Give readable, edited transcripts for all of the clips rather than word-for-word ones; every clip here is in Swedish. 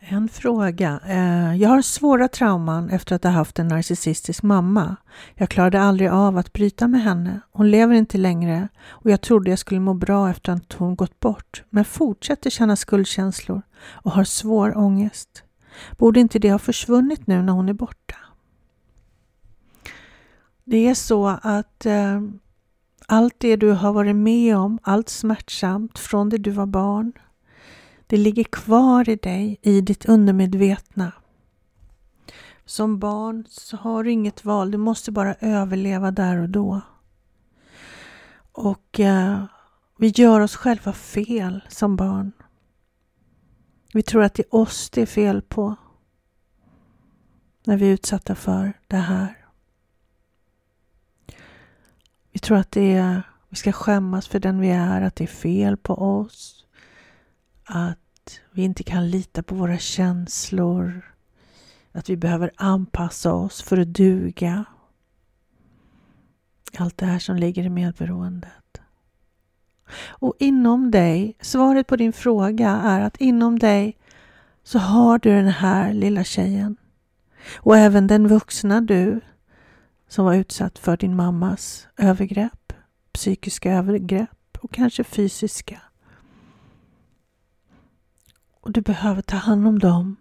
En fråga. Jag har svåra trauman efter att ha haft en narcissistisk mamma. Jag klarade aldrig av att bryta med henne. Hon lever inte längre och jag trodde jag skulle må bra efter att hon gått bort. Men fortsätter känna skuldkänslor och har svår ångest. Borde inte det ha försvunnit nu när hon är borta? Det är så att allt det du har varit med om, allt smärtsamt från det du var barn, det ligger kvar i dig, i ditt undermedvetna. Som barn så har du inget val, du måste bara överleva där och då. Och vi gör oss själva fel som barn. Vi tror att det är oss det är fel på när vi är utsatta för det här. Vi tror att vi ska skämmas för den vi är, att det är fel på oss. Att vi inte kan lita på våra känslor. Att vi behöver anpassa oss för att duga. Allt det här som ligger i medberoendet. Och inom dig, svaret på din fråga är att inom dig så har du den här lilla tjejen. Och även den vuxna du som var utsatt för din mammas övergrepp, psykiska övergrepp och kanske fysiska. Och du behöver ta hand om dem.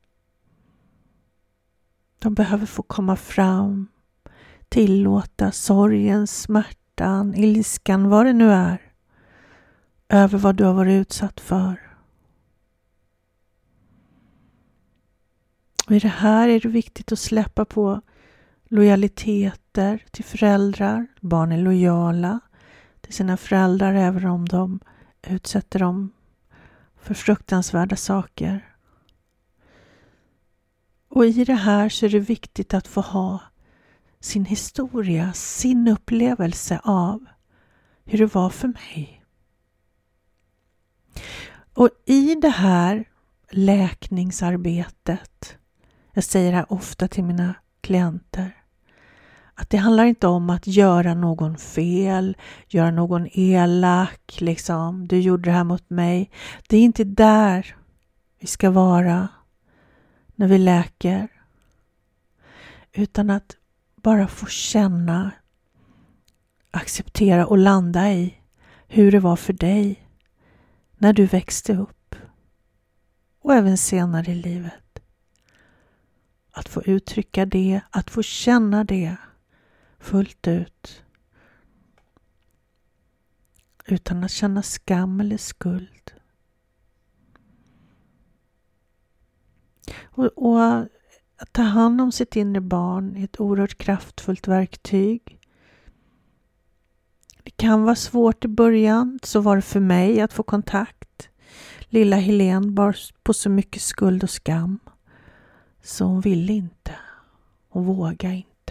De behöver få komma fram, tillåta sorgen, smärtan, ilskan, vad det nu är, över vad du har varit utsatt för. Och i det här är det viktigt att släppa på lojaliteter till föräldrar. Barn är lojala till sina föräldrar även om de utsätter dem för fruktansvärda saker. Och i det här så är det viktigt att få ha sin historia, sin upplevelse av hur det var för mig. Och i det här läkningsarbetet, jag säger det här ofta till mina klienter, att det handlar inte om att göra någon fel, göra någon elak, liksom, du gjorde det här mot mig. Det är inte där vi ska vara när vi läker. Utan att bara få känna, acceptera och landa i hur det var för dig när du växte upp. Och även senare i livet. Att få uttrycka det, att få känna det fullt ut. Utan att känna skam eller skuld. Och att ta hand om sitt inre barn är ett oerhört kraftfullt verktyg. Det kan vara svårt i början, så var det för mig att få kontakt. Lilla Helene bar på så mycket skuld och skam. Så hon ville inte. Hon vågade inte.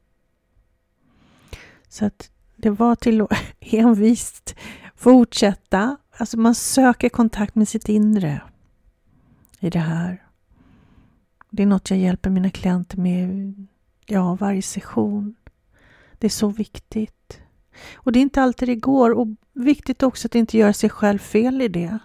Så att det var till att envist fortsätta. Alltså man söker kontakt med sitt inre i det här. Det är något jag hjälper mina klienter med varje session. Det är så viktigt. Och det är inte alltid det går. Och viktigt också att inte göra sig själv fel i det.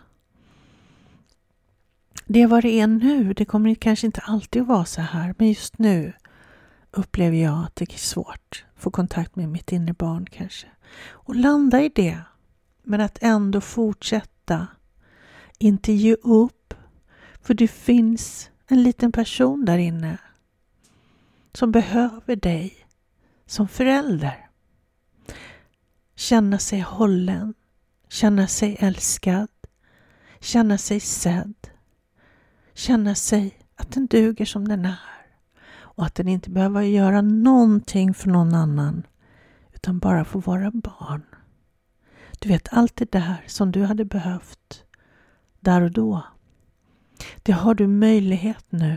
Det är vad det är nu. Det kommer kanske inte alltid att vara så här. Men just nu upplever jag att det är svårt att få kontakt med mitt inre barn kanske. Och landa i det. Men att ändå fortsätta. Inte ge upp. För det finns en liten person där inne som behöver dig som förälder. Känna sig hållen, känna sig älskad, känna sig sedd, känna sig att den duger som den är och att den inte behöver göra någonting för någon annan utan bara få vara barn. Du vet, allt det där som du hade behövt där och då. Det har du möjlighet nu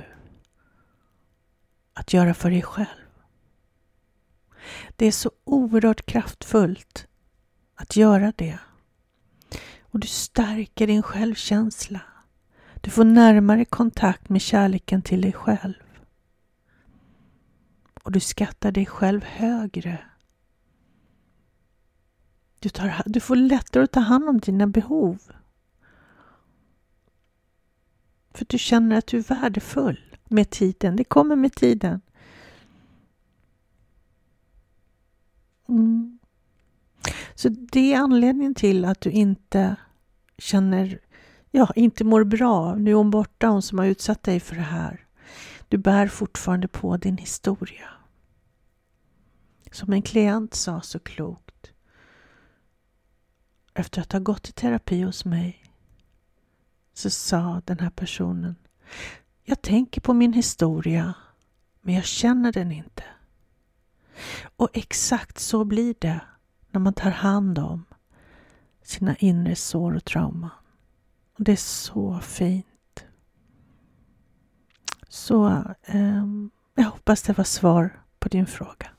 att göra för dig själv. Det är så oerhört kraftfullt att göra det. Och du stärker din självkänsla. Du får närmare kontakt med kärleken till dig själv. Och du skattar dig själv högre. Du får lättare att ta hand om dina behov. För du känner att du är värdefull med tiden. Det kommer med tiden. Så det är anledningen till att du inte känner, inte mår bra. Nu är hon borta, hon som har utsatt dig för det här. Du bär fortfarande på din historia. Som en klient sa så klokt. Efter att ha gått i terapi hos mig så sa den här personen: jag tänker på min historia, men jag känner den inte. Och exakt så blir det när man tar hand om sina inre sår och trauman. Och det är så fint. Så jag hoppas det var svar på din fråga.